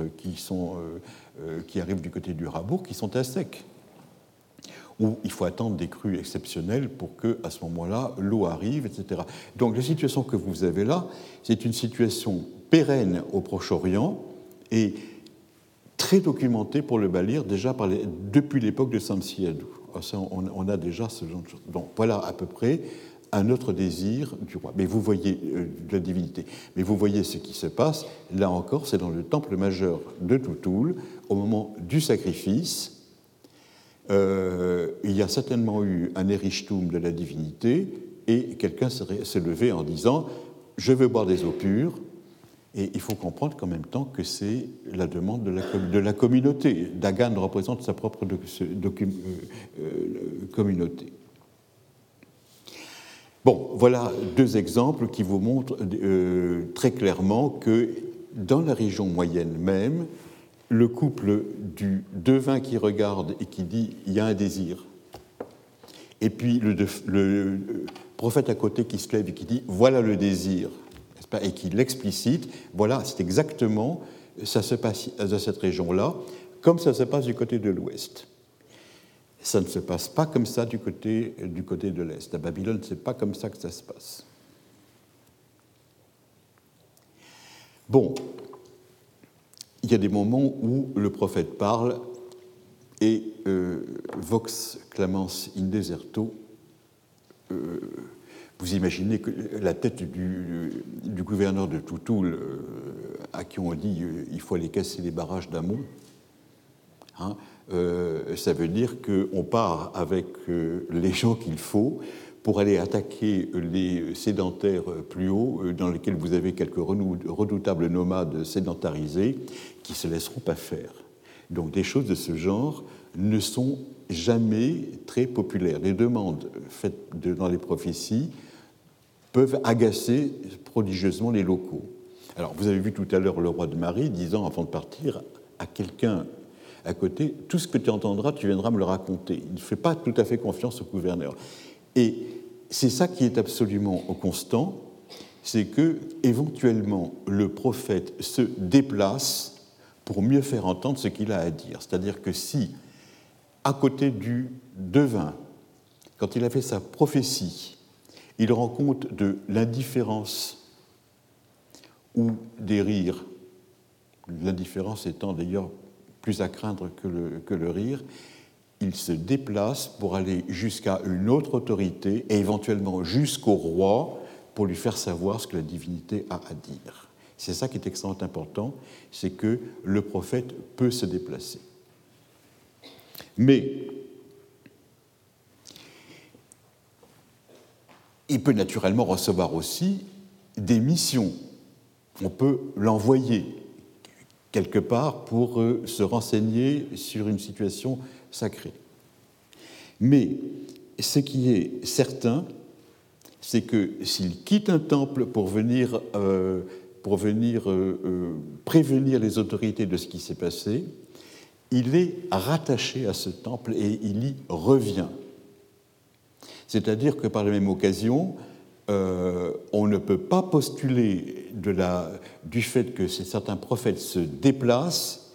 qui arrivent du côté du Rabour qui sont à sec, où il faut attendre des crues exceptionnelles pour qu'à ce moment-là, l'eau arrive, etc. Donc la situation que vous avez là, c'est une situation pérenne au Proche-Orient et très documentée pour le Balir déjà depuis l'époque de Samsiadou. On a déjà ce genre de choses. Donc voilà à peu près un autre désir du roi. Mais vous voyez de la divinité. Mais vous voyez ce qui se passe. Là encore, c'est dans le temple majeur de Toutoul, au moment du sacrifice. Il y a certainement eu un Erishtoum de la divinité et quelqu'un s'est levé en disant « Je veux boire des eaux pures ». Et il faut comprendre qu'en même temps que c'est la demande de la communauté. Dagan représente sa propre communauté. Bon, voilà deux exemples qui vous montrent très clairement que dans la région moyenne même, le couple du devin qui regarde et qui dit « il y a un désir », et puis le prophète à côté qui se lève et qui dit « voilà le désir », et qui l'explicite, voilà, c'est exactement, ça se passe dans cette région-là, comme ça se passe du côté de l'ouest. Ça ne se passe pas comme ça du côté de l'est. À Babylone, ce n'est pas comme ça que ça se passe. Bon, il y a des moments où le prophète parle et vox clamans in deserto. Vous imaginez que la tête du gouverneur de Toutoul, à qui on dit il faut aller casser les barrages d'amont, hein, ça veut dire qu'on part avec les gens qu'il faut pour aller attaquer les sédentaires plus hauts, dans lesquels vous avez quelques redoutables nomades sédentarisés qui ne se laisseront pas faire. Donc des choses de ce genre ne sont jamais très populaires. Les demandes faites dans les prophéties peuvent agacer prodigieusement les locaux. Alors, vous avez vu tout à l'heure le roi de Mari disant, avant de partir, à quelqu'un à côté, tout ce que tu entendras, tu viendras me le raconter. Il ne fait pas tout à fait confiance au gouverneur. Et c'est ça qui est absolument constant, c'est que, éventuellement, le prophète se déplace pour mieux faire entendre ce qu'il a à dire. C'est-à-dire que si, à côté du devin, quand il a fait sa prophétie, il rend compte de l'indifférence ou des rires, l'indifférence étant d'ailleurs plus à craindre que le rire, il se déplace pour aller jusqu'à une autre autorité et éventuellement jusqu'au roi pour lui faire savoir ce que la divinité a à dire. C'est ça qui est extrêmement important, c'est que le prophète peut se déplacer. Mais il peut naturellement recevoir aussi des missions. On peut l'envoyer quelque part pour se renseigner sur une situation sacrée. Mais ce qui est certain, c'est que s'il quitte un temple pour venir prévenir les autorités de ce qui s'est passé, il est rattaché à ce temple et il y revient. C'est-à-dire que par la même occasion, on ne peut pas postuler du fait que certains prophètes se déplacent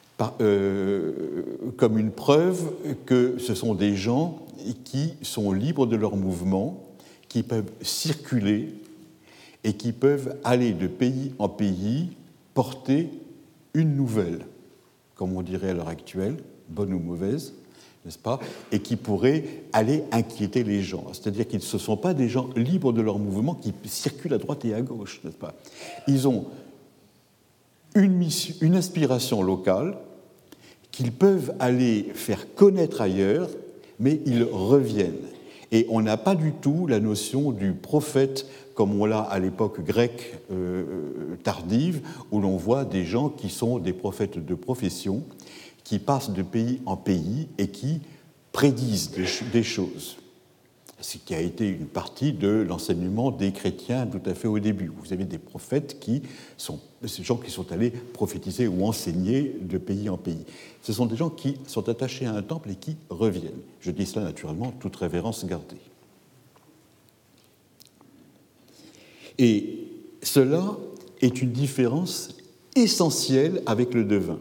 comme une preuve que ce sont des gens qui sont libres de leur mouvement, qui peuvent circuler et qui peuvent aller de pays en pays porter une nouvelle, comme on dirait à l'heure actuelle, bonne ou mauvaise, n'est-ce pas, et qui pourraient aller inquiéter les gens. C'est-à-dire qu'ils ne sont pas des gens libres de leur mouvement qui circulent à droite et à gauche, n'est-ce pas. Ils ont une inspiration locale qu'ils peuvent aller faire connaître ailleurs, mais ils reviennent. Et on n'a pas du tout la notion du prophète comme on l'a à l'époque grecque tardive, où l'on voit des gens qui sont des prophètes de profession, qui passent de pays en pays et qui prédisent des choses. Ce qui a été une partie de l'enseignement des chrétiens tout à fait au début. Vous avez des prophètes ces gens qui sont allés prophétiser ou enseigner de pays en pays. Ce sont des gens qui sont attachés à un temple et qui reviennent. Je dis cela naturellement, toute révérence gardée. Et cela est une différence essentielle avec le devin.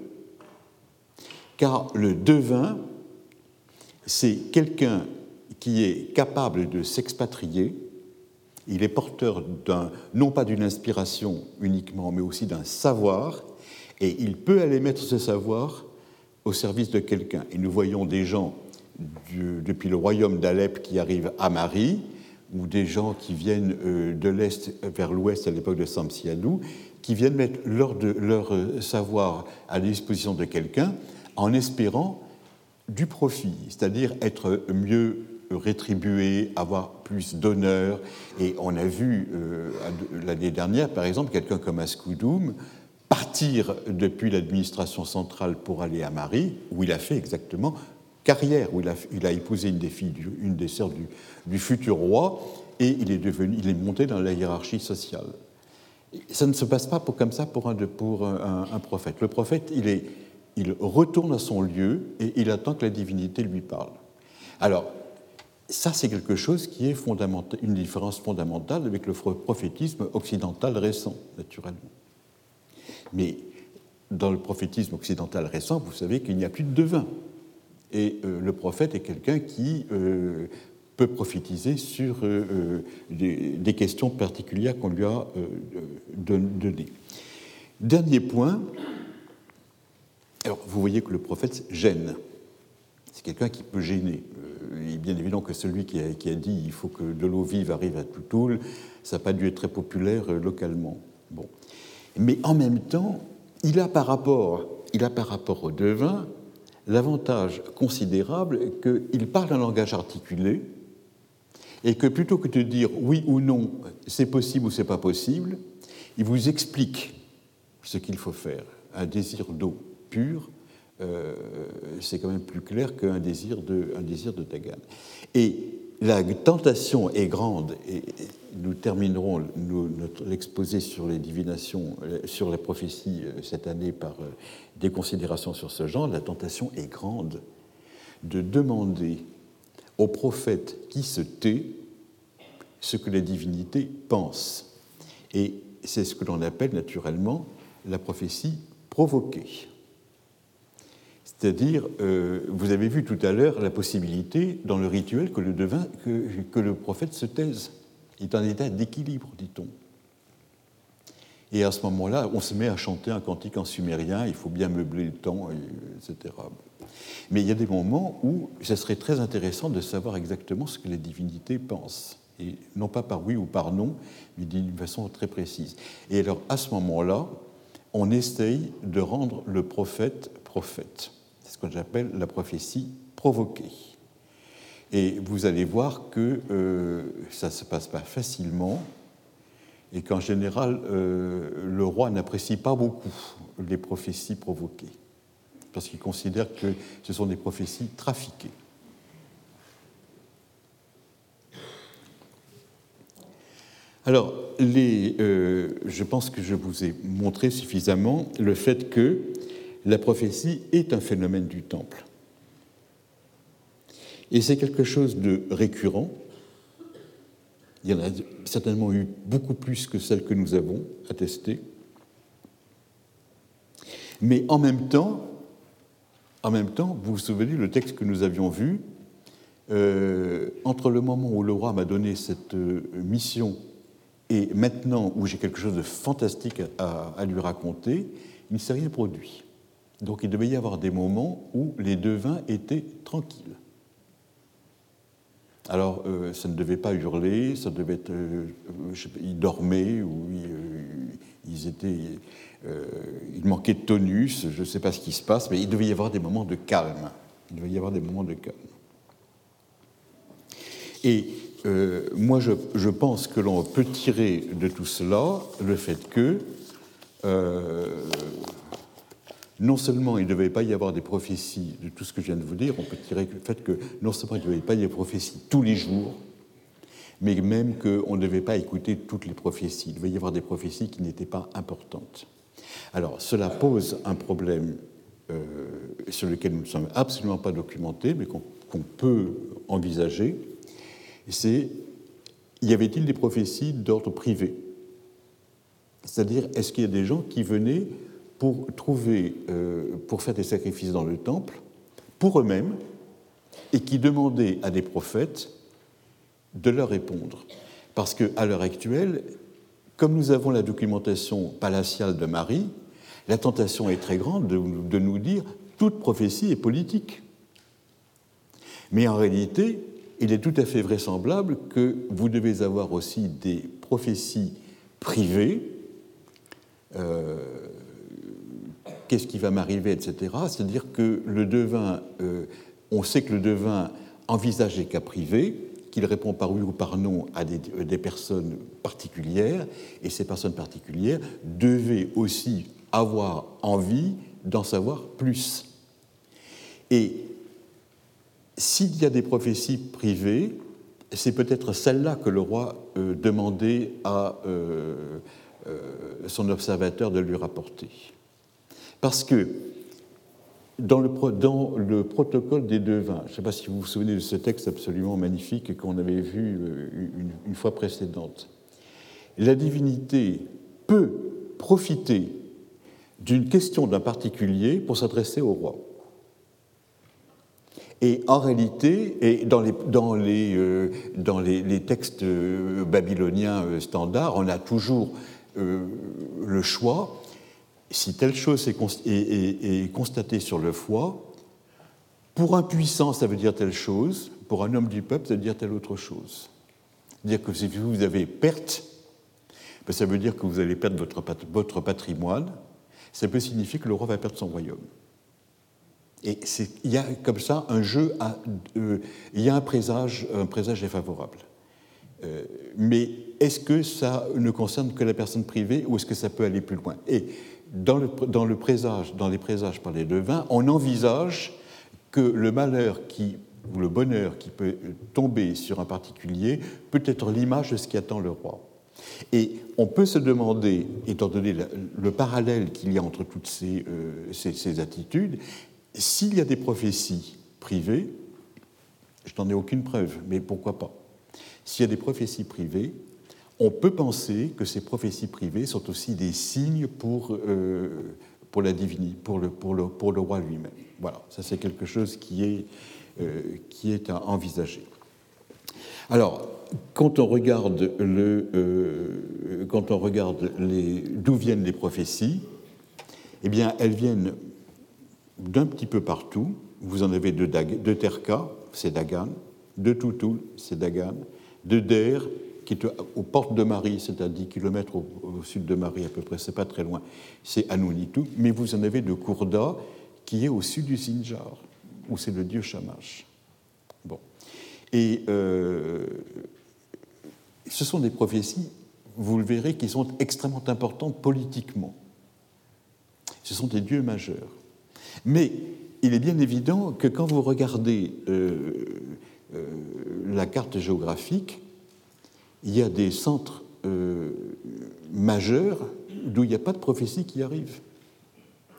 Car le devin, c'est quelqu'un qui est capable de s'expatrier. Il est porteur non pas d'une inspiration uniquement, mais aussi d'un savoir, et il peut aller mettre ce savoir au service de quelqu'un. Et nous voyons des gens depuis le royaume d'Alep qui arrivent à Mari, ou des gens qui viennent de l'Est vers l'Ouest à l'époque de Samsiadou, qui viennent mettre leur savoir à la disposition de quelqu'un en espérant du profit, c'est-à-dire être mieux rétribué, avoir plus d'honneur. Et on a vu l'année dernière, par exemple, quelqu'un comme Askoudoum partir depuis l'administration centrale pour aller à Mari, où il a fait exactement carrière, où il a épousé une des sœurs du futur roi, et il est monté dans la hiérarchie sociale. Ça ne se passe pas comme ça pour un prophète. Le prophète, il retourne à son lieu et il attend que la divinité lui parle. Alors, ça, c'est quelque chose qui est une différence fondamentale avec le prophétisme occidental récent, naturellement. Mais dans le prophétisme occidental récent, vous savez qu'il n'y a plus de devin. Et le prophète est quelqu'un qui peut prophétiser sur des questions particulières qu'on lui a données. Dernier point, alors vous voyez que le prophète gêne. C'est quelqu'un qui peut gêner. Il est bien évident que celui qui a dit il faut que de l'eau vive arrive à Toutoul, ça n'a pas dû être très populaire localement. Bon. Mais en même temps, il a par rapport au devin l'avantage considérable qu'il parle un langage articulé et que plutôt que de dire oui ou non, c'est possible ou c'est pas possible, il vous explique ce qu'il faut faire. Un désir d'eau pure, c'est quand même plus clair qu'un désir de Dagan. Et la tentation est grande, et nous terminerons notre exposé sur les divinations, sur les prophéties cette année par des considérations sur ce genre. La tentation est grande de demander au prophète qui se tait ce que la divinité pense. Et c'est ce que l'on appelle naturellement la prophétie provoquée. C'est-à-dire, vous avez vu tout à l'heure la possibilité, dans le rituel, que le prophète se taise. Il est en état d'équilibre, dit-on. Et à ce moment-là, on se met à chanter un cantique en sumérien, il faut bien meubler le temps, etc. Mais il y a des moments où ce serait très intéressant de savoir exactement ce que la divinité pense. Et non pas par oui ou par non, mais d'une façon très précise. Et alors, à ce moment-là, on essaye de rendre le prophète prophète. C'est ce que j'appelle la prophétie provoquée. Et vous allez voir que ça ne se passe pas facilement et qu'en général, le roi n'apprécie pas beaucoup les prophéties provoquées parce qu'il considère que ce sont des prophéties trafiquées. Alors, je pense que je vous ai montré suffisamment le fait que la prophétie est un phénomène du temple. Et c'est quelque chose de récurrent, Il y en a certainement eu beaucoup plus que celles que nous avons attestées. Mais en même temps, vous vous souvenez, le texte que nous avions vu, entre le moment où le roi m'a donné cette mission et maintenant où j'ai quelque chose de fantastique à lui raconter, il ne s'est rien produit. Donc il devait y avoir des moments où les devins étaient tranquilles. Alors, ça ne devait pas hurler, ça devait être... ils dormaient ou ils manquaient de tonus, je ne sais pas ce qui se passe, mais il devait y avoir des moments de calme. Et moi, je pense que l'on peut tirer de tout cela le fait que non seulement il ne devait pas y avoir des prophéties de tout ce que je viens de vous dire, on peut tirer le fait que non seulement il ne devait pas y avoir des prophéties tous les jours, mais même qu'on ne devait pas écouter toutes les prophéties. Il devait y avoir des prophéties qui n'étaient pas importantes. Alors, cela pose un problème sur lequel nous ne sommes absolument pas documentés, mais qu'on peut envisager. C'est, y avait-il des prophéties d'ordre privé? C'est-à-dire, est-ce qu'il y a des gens qui venaient pour faire des sacrifices dans le temple, pour eux-mêmes, et qui demandaient à des prophètes de leur répondre? Parce qu'à l'heure actuelle, comme nous avons la documentation palatiale de Marie, la tentation est très grande de nous dire toute prophétie est politique. Mais en réalité, il est tout à fait vraisemblable que vous devez avoir aussi des prophéties privées. Qu'est-ce qui va m'arriver, etc. C'est-à-dire que le devin, on sait que le devin envisage des cas privés, qu'il répond par oui ou par non à des personnes particulières, et ces personnes particulières devaient aussi avoir envie d'en savoir plus. Et s'il y a des prophéties privées, c'est peut-être celle-là que le roi demandait à son observateur de lui rapporter. Parce que dans le protocole des devins, je ne sais pas si vous vous souvenez de ce texte absolument magnifique qu'on avait vu une fois précédente, la divinité peut profiter d'une question d'un particulier pour s'adresser au roi. Et en réalité, et dans les textes babyloniens standards, on a toujours le choix. Si telle chose est constatée sur le foie, pour un puissant, ça veut dire telle chose, pour un homme du peuple, ça veut dire telle autre chose. C'est-à-dire que si vous avez perte, ça veut dire que vous allez perdre votre patrimoine, ça peut signifier que le roi va perdre son royaume. Et il y a comme ça un jeu, il y a un présage défavorable. Mais est-ce que ça ne concerne que la personne privée ou est-ce que ça peut aller plus loin? Et dans les présages par les devins, on envisage que le malheur ou le bonheur qui peut tomber sur un particulier peut être l'image de ce qui attend le roi. Et on peut se demander, étant donné le parallèle qu'il y a entre toutes ces attitudes, s'il y a des prophéties privées, je n'en ai aucune preuve, mais pourquoi pas? S'il y a des prophéties privées, on peut penser que ces prophéties privées sont aussi des signes pour la divinité, pour le roi lui-même. Voilà, ça c'est quelque chose qui est à envisager. Alors, quand on regarde d'où viennent les prophéties, eh bien, elles viennent d'un petit peu partout. Vous en avez de Terka, c'est Dagan, de Toutoul, c'est Dagan, de Der, qui est aux portes de Marie, c'est à 10 km au sud de Marie à peu près, c'est pas très loin, c'est Anunitu, mais vous en avez de Kourda, qui est au sud du Sinjar, où c'est le dieu Shamash. Bon. Et ce sont des prophéties, vous le verrez, qui sont extrêmement importantes politiquement. Ce sont des dieux majeurs. Mais il est bien évident que quand vous regardez la carte géographique, il y a des centres majeurs d'où il n'y a pas de prophétie qui arrive.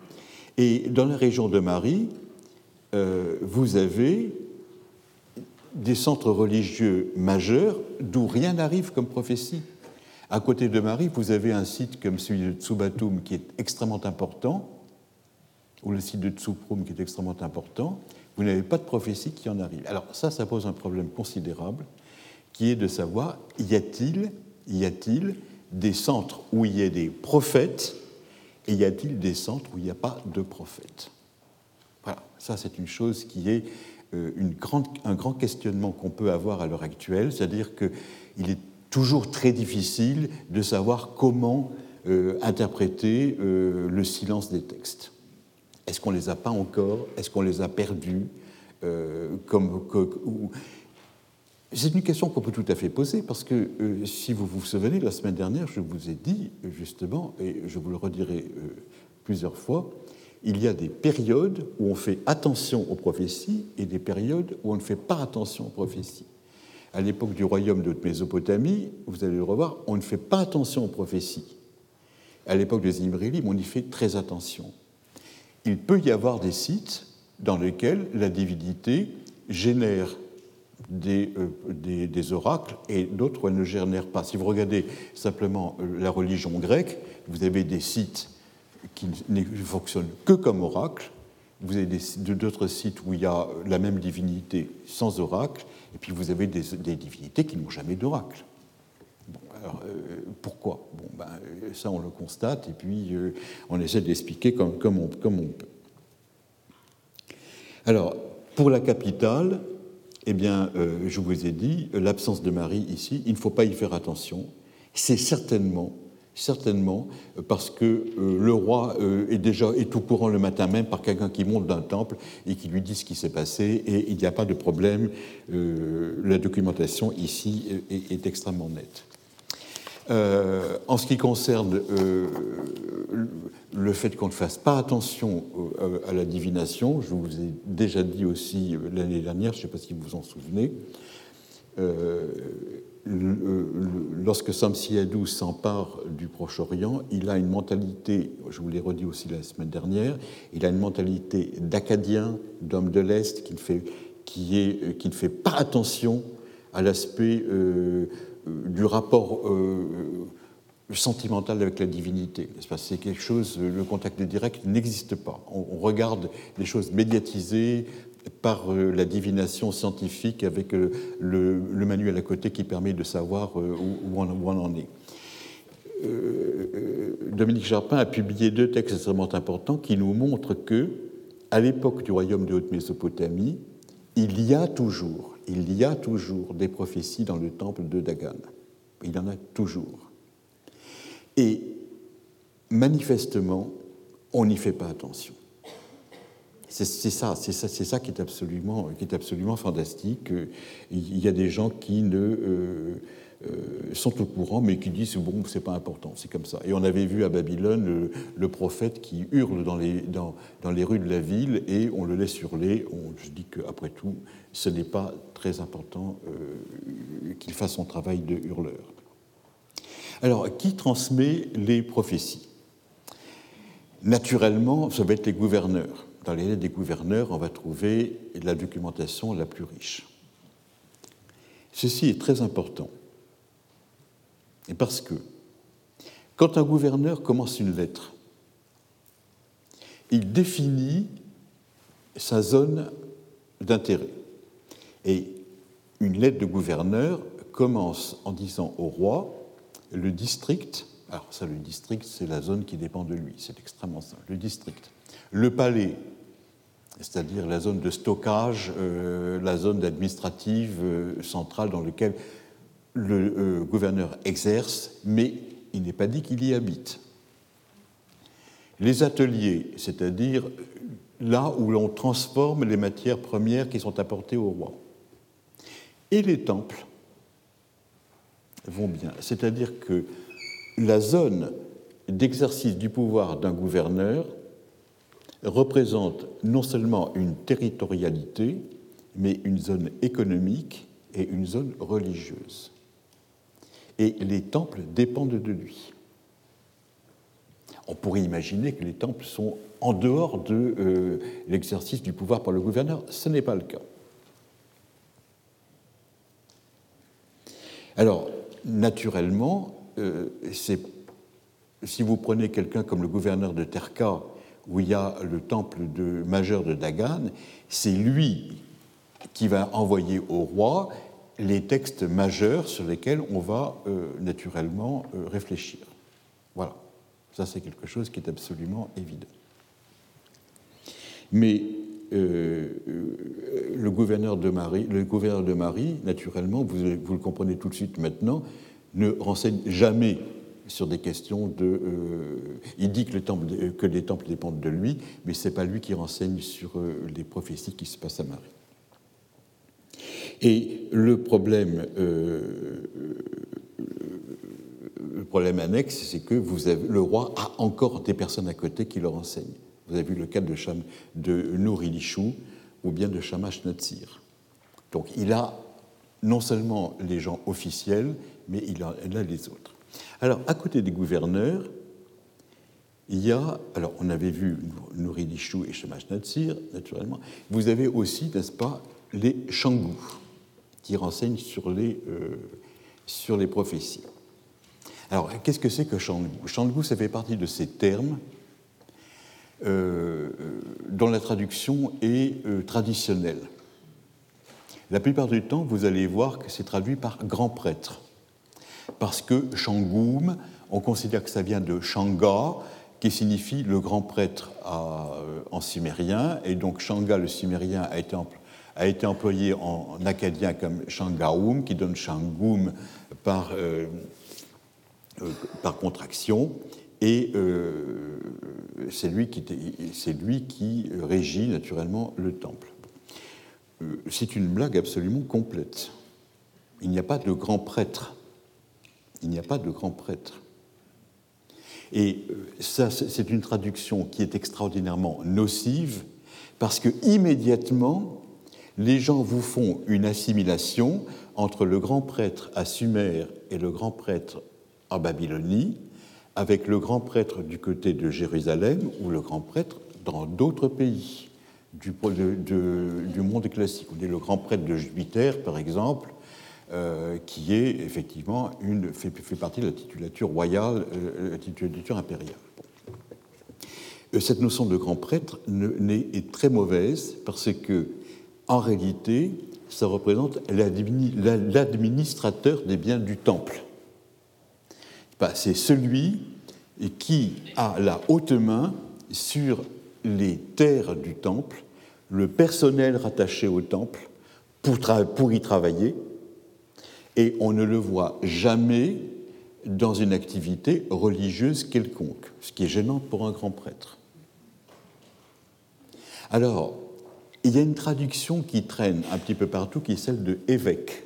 Et dans la région de Marie, vous avez des centres religieux majeurs d'où rien n'arrive comme prophétie. À côté de Marie, vous avez un site comme celui de Tsubatum qui est extrêmement important, ou le site de Tsuprum qui est extrêmement important. Vous n'avez pas de prophétie qui en arrive. Alors ça pose un problème considérable, qui est de savoir, y a-t-il des centres où il y a des prophètes et y a-t-il des centres où il n'y a pas de prophètes? Voilà, ça c'est une chose qui est un grand questionnement qu'on peut avoir à l'heure actuelle, c'est-à-dire qu'il est toujours très difficile de savoir comment interpréter le silence des textes. Est-ce qu'on ne les a pas encore? Est-ce qu'on les a perdus? C'est une question qu'on peut tout à fait poser, parce que si vous vous souvenez, la semaine dernière, je vous ai dit, justement, et je vous le redirai plusieurs fois, il y a des périodes où on fait attention aux prophéties et des périodes où on ne fait pas attention aux prophéties. À l'époque du royaume de Mésopotamie, vous allez le revoir, on ne fait pas attention aux prophéties. À l'époque de Zimrilim, on y fait très attention. Il peut y avoir des sites dans lesquels la divinité génère des oracles et d'autres où elle ne génère pas. Si vous regardez simplement la religion grecque, vous avez des sites qui ne fonctionnent que comme oracles, vous avez d'autres sites où il y a la même divinité sans oracle, et puis vous avez des divinités qui n'ont jamais d'oracle. Bon, alors, pourquoi? Bon, ça, on le constate, et puis on essaie d'expliquer comme on peut. Alors, pour la capitale, eh bien, je vous ai dit, l'absence de Marie ici, il ne faut pas y faire attention. C'est certainement parce que le roi est au courant le matin même par quelqu'un qui monte d'un temple et qui lui dit ce qui s'est passé, et il n'y a pas de problème. La documentation ici est extrêmement nette. En ce qui concerne le fait qu'on ne fasse pas attention à la divination, je vous ai déjà dit aussi l'année dernière, je ne sais pas si vous vous en souvenez, lorsque Samsiadou s'empare du Proche-Orient, il a une mentalité, je vous l'ai redit aussi la semaine dernière, il a une mentalité d'Acadien, d'homme de l'Est, qui ne fait pas attention à l'aspect du rapport sentimental avec la divinité. C'est quelque chose, le contact direct n'existe pas. On regarde des choses médiatisées par la divination scientifique avec le manuel à côté qui permet de savoir où on en est. Dominique Jarpin a publié 2 textes extrêmement importants qui nous montrent que, à l'époque du royaume de Haute-Mésopotamie, il y a toujours des prophéties dans le temple de Dagan. Il y en a toujours. Et manifestement, on n'y fait pas attention. C'est ça qui est absolument fantastique. Il y a des gens qui sont au courant, mais qui disent bon, c'est pas important, c'est comme ça. Et on avait vu à Babylone le prophète qui hurle dans les rues de la ville, et on le laisse hurler. Je dis qu'après tout, ce n'est pas très important qu'il fasse son travail de hurleur. Alors, qui transmet les prophéties? Naturellement, ça va être les gouverneurs. Dans les lettres des gouverneurs, on va trouver la documentation la plus riche. Ceci est très important. Et parce que, quand un gouverneur commence une lettre, il définit sa zone d'intérêt. Et une lettre de gouverneur commence en disant au roi, le district, alors ça, le district, c'est la zone qui dépend de lui, c'est extrêmement simple, le district. Le palais, c'est-à-dire la zone de stockage, la zone administrative centrale dans laquelle le gouverneur exerce, mais il n'est pas dit qu'il y habite. Les ateliers, c'est-à-dire là où l'on transforme les matières premières qui sont apportées au roi. Et les temples vont bien, c'est-à-dire que la zone d'exercice du pouvoir d'un gouverneur représente non seulement une territorialité, mais une zone économique et une zone religieuse. Et les temples dépendent de lui. On pourrait imaginer que les temples sont en dehors de l'exercice du pouvoir par le gouverneur. Ce n'est pas le cas. Alors, naturellement, si vous prenez quelqu'un comme le gouverneur de Terka, où il y a le temple majeur de Dagan, c'est lui qui va envoyer au roi les textes majeurs sur lesquels on va naturellement réfléchir. Voilà, ça c'est quelque chose qui est absolument évident. Mais le gouverneur de Mari, naturellement, vous le comprenez tout de suite maintenant, ne renseigne jamais sur des questions de... il dit que les temples dépendent de lui, mais ce n'est pas lui qui renseigne sur les prophéties qui se passent à Mari. Et le problème annexe, c'est que le roi a encore des personnes à côté qui le renseignent. Vous avez vu le cas de Nour-Ilishou ou bien de Shamash Natsir. Donc il a non seulement les gens officiels, mais il a les autres. Alors, à côté des gouverneurs, il y a, alors on avait vu Nour-Ilishou et Shamash Natsir, naturellement, vous avez aussi, n'est-ce pas, les Shangou, qui renseignent sur les prophéties. Alors, qu'est-ce que c'est que Shangou ? Shangou, ça fait partie de ces termes dont la traduction est traditionnelle. La plupart du temps, vous allez voir que c'est traduit par grand prêtre, parce que Shangoum, on considère que ça vient de Shanga, qui signifie le grand prêtre en sumérien, et donc Shanga, le sumérien, a été employé en akkadien comme Shangaoum, qui donne Shangoum par contraction, et c'est lui qui régit naturellement le temple. C'est une blague absolument complète. Il n'y a pas de grand prêtre. Il n'y a pas de grand prêtre. Et ça, c'est une traduction qui est extraordinairement nocive, parce que immédiatement, les gens vous font une assimilation entre le grand prêtre à Sumer et le grand prêtre en Babylonie, avec le grand prêtre du côté de Jérusalem ou le grand prêtre dans d'autres pays du monde classique. On dit le grand prêtre de Jupiter, par exemple, qui est effectivement fait partie de la titulature royale, la titulature impériale. Bon. Cette notion de grand prêtre est très mauvaise parce que, en réalité, ça représente l'administrateur des biens du temple. C'est celui qui a la haute main sur les terres du temple, le personnel rattaché au temple pour y travailler, et on ne le voit jamais dans une activité religieuse quelconque, ce qui est gênant pour un grand prêtre. Alors, il y a une traduction qui traîne un petit peu partout, qui est celle de évêque.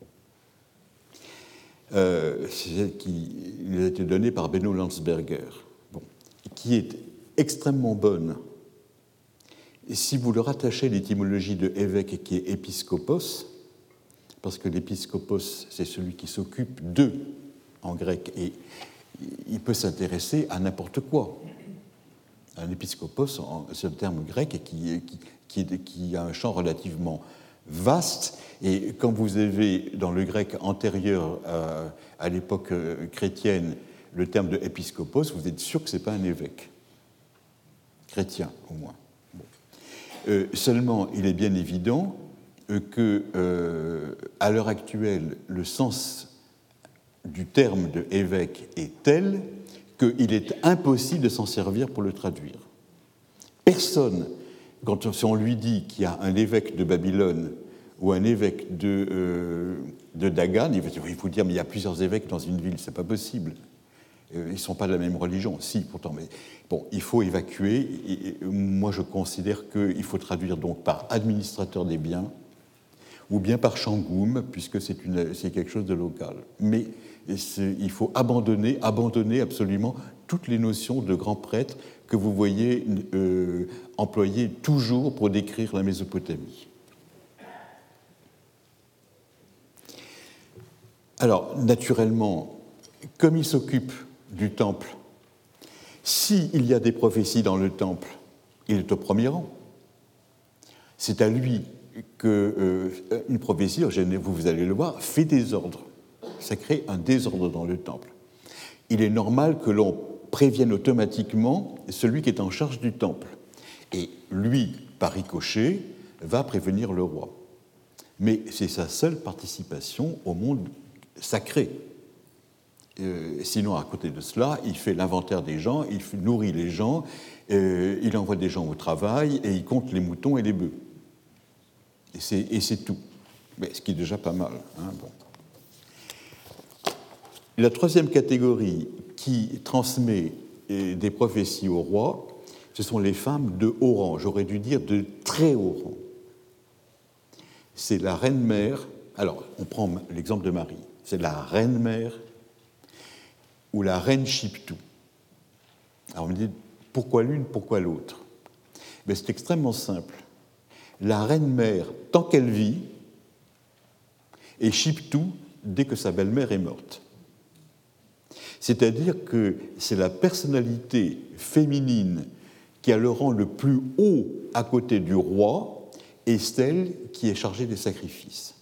C'est celle qui lui a été donnée par Benno Landsberger, qui est extrêmement bonne. Et si vous le rattachez à l'étymologie de évêque, qui est épiscopos, parce que l'épiscopos, c'est celui qui s'occupe de, en grec, et il peut s'intéresser à n'importe quoi. Un épiscopos, c'est un terme grec qui a un champ relativement vaste, et quand vous avez dans le grec antérieur à l'époque chrétienne le terme de épiscopos, vous êtes sûr que ce n'est pas un évêque, chrétien au moins. Bon. Seulement, il est bien évident que, à l'heure actuelle, le sens du terme de évêque est tel qu'il est impossible de s'en servir pour le traduire. Personne, si on lui dit qu'il y a un évêque de Babylone ou un évêque de Dagan, il faut dire mais il y a plusieurs évêques dans une ville, c'est pas possible. Ils ne sont pas de la même religion, si pourtant, mais bon, il faut évacuer. Et moi, je considère qu'il faut traduire donc par administrateur des biens ou bien par Shangoum, puisque c'est quelque chose de local. Mais il faut abandonner absolument toutes les notions de grand prêtre que vous voyez employées toujours pour décrire la Mésopotamie. Alors, naturellement, comme il s'occupe du temple, s'il y a des prophéties dans le temple, il est au premier rang. C'est à lui qu'une prophétie, vous allez le voir, fait des ordres. ça crée un désordre dans le temple. Il est normal que l'on prévienne automatiquement celui qui est en charge du temple. Et lui, par ricochet, va prévenir le roi. Mais c'est sa seule participation au monde sacré. Sinon, à côté de cela, il fait l'inventaire des gens, il nourrit les gens, il envoie des gens au travail et il compte les moutons et les bœufs. Et c'est tout. Mais ce qui est déjà pas mal. Hein, bon. La troisième catégorie qui transmet des prophéties au roi, ce sont les femmes de haut rang, j'aurais dû dire de très haut rang. C'est la reine-mère, alors on prend l'exemple de Marie, c'est la reine-mère ou la reine Chiptou. Alors on me dit, pourquoi l'une, pourquoi l'autre? Mais c'est extrêmement simple. La reine-mère, tant qu'elle vit, et Chiptou dès que sa belle-mère est morte. C'est-à-dire que c'est la personnalité féminine qui a le rang le plus haut à côté du roi et celle qui est chargée des sacrifices.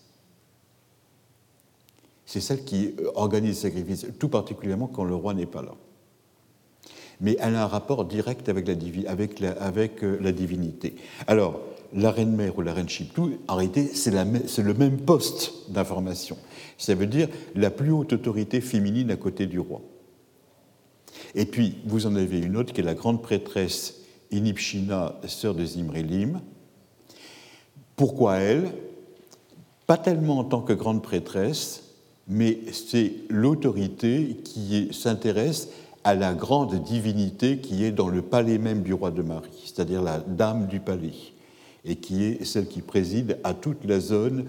C'est celle qui organise les sacrifices, tout particulièrement quand le roi n'est pas là. Mais elle a un rapport direct avec la divinité. Alors, la reine-mère ou la reine Chiptou, en réalité, c'est le même poste d'information. Ça veut dire la plus haute autorité féminine à côté du roi. Et puis, vous en avez une autre qui est la grande prêtresse Inipshina, sœur de Zimrilim. Pourquoi elle? Pas tellement en tant que grande prêtresse, mais c'est l'autorité qui s'intéresse à la grande divinité qui est dans le palais même du roi de Marie, c'est-à-dire la dame du palais, et qui est celle qui préside à toute la zone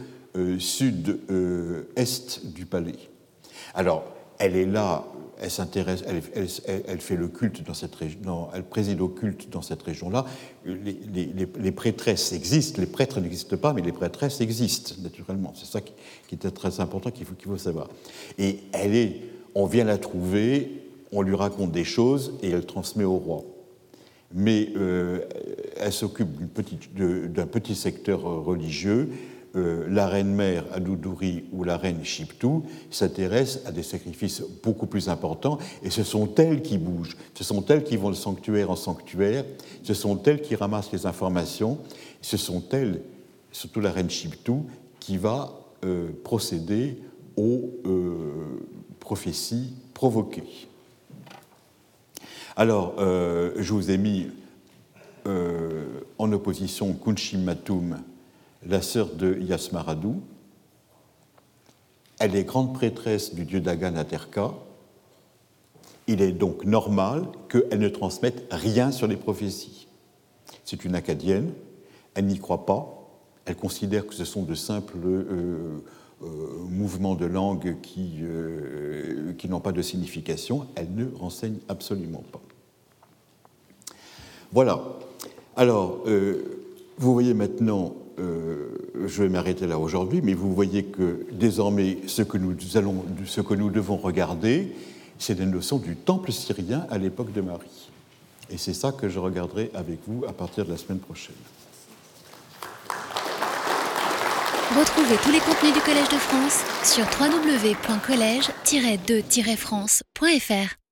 sud-est du palais. Alors, elle est là, elle s'intéresse, elle fait le culte dans cette région, elle préside au culte dans cette région-là. Les prêtresses existent, les prêtres n'existent pas, mais les prêtresses existent, naturellement. C'est ça qui est très important, qu'il faut savoir. Et on vient la trouver, on lui raconte des choses et elle transmet au roi. Mais elle s'occupe d'un petit secteur religieux. La reine-mère Adoudouri ou la reine Chiptou s'intéressent à des sacrifices beaucoup plus importants et ce sont elles qui bougent, ce sont elles qui vont de sanctuaire en sanctuaire, ce sont elles qui ramassent les informations, ce sont elles, surtout la reine Chiptou, qui va procéder aux prophéties provoquées. Alors, je vous ai mis en opposition Kunshim Matum, la sœur de Yasmaradou. Elle est grande prêtresse du dieu Dagan à Terka. Il est donc normal qu'elle ne transmette rien sur les prophéties. C'est une Akkadienne, elle n'y croit pas, elle considère que ce sont de simples mouvements de langue qui n'ont pas de signification, elle ne renseigne absolument pas. Voilà. Alors, vous voyez maintenant, je vais m'arrêter là aujourd'hui, mais vous voyez que désormais, ce que nous devons regarder, c'est la notion du temple syrien à l'époque de Marie. Et c'est ça que je regarderai avec vous à partir de la semaine prochaine. Retrouvez tous les contenus du Collège de France sur www.collège-2-france.fr.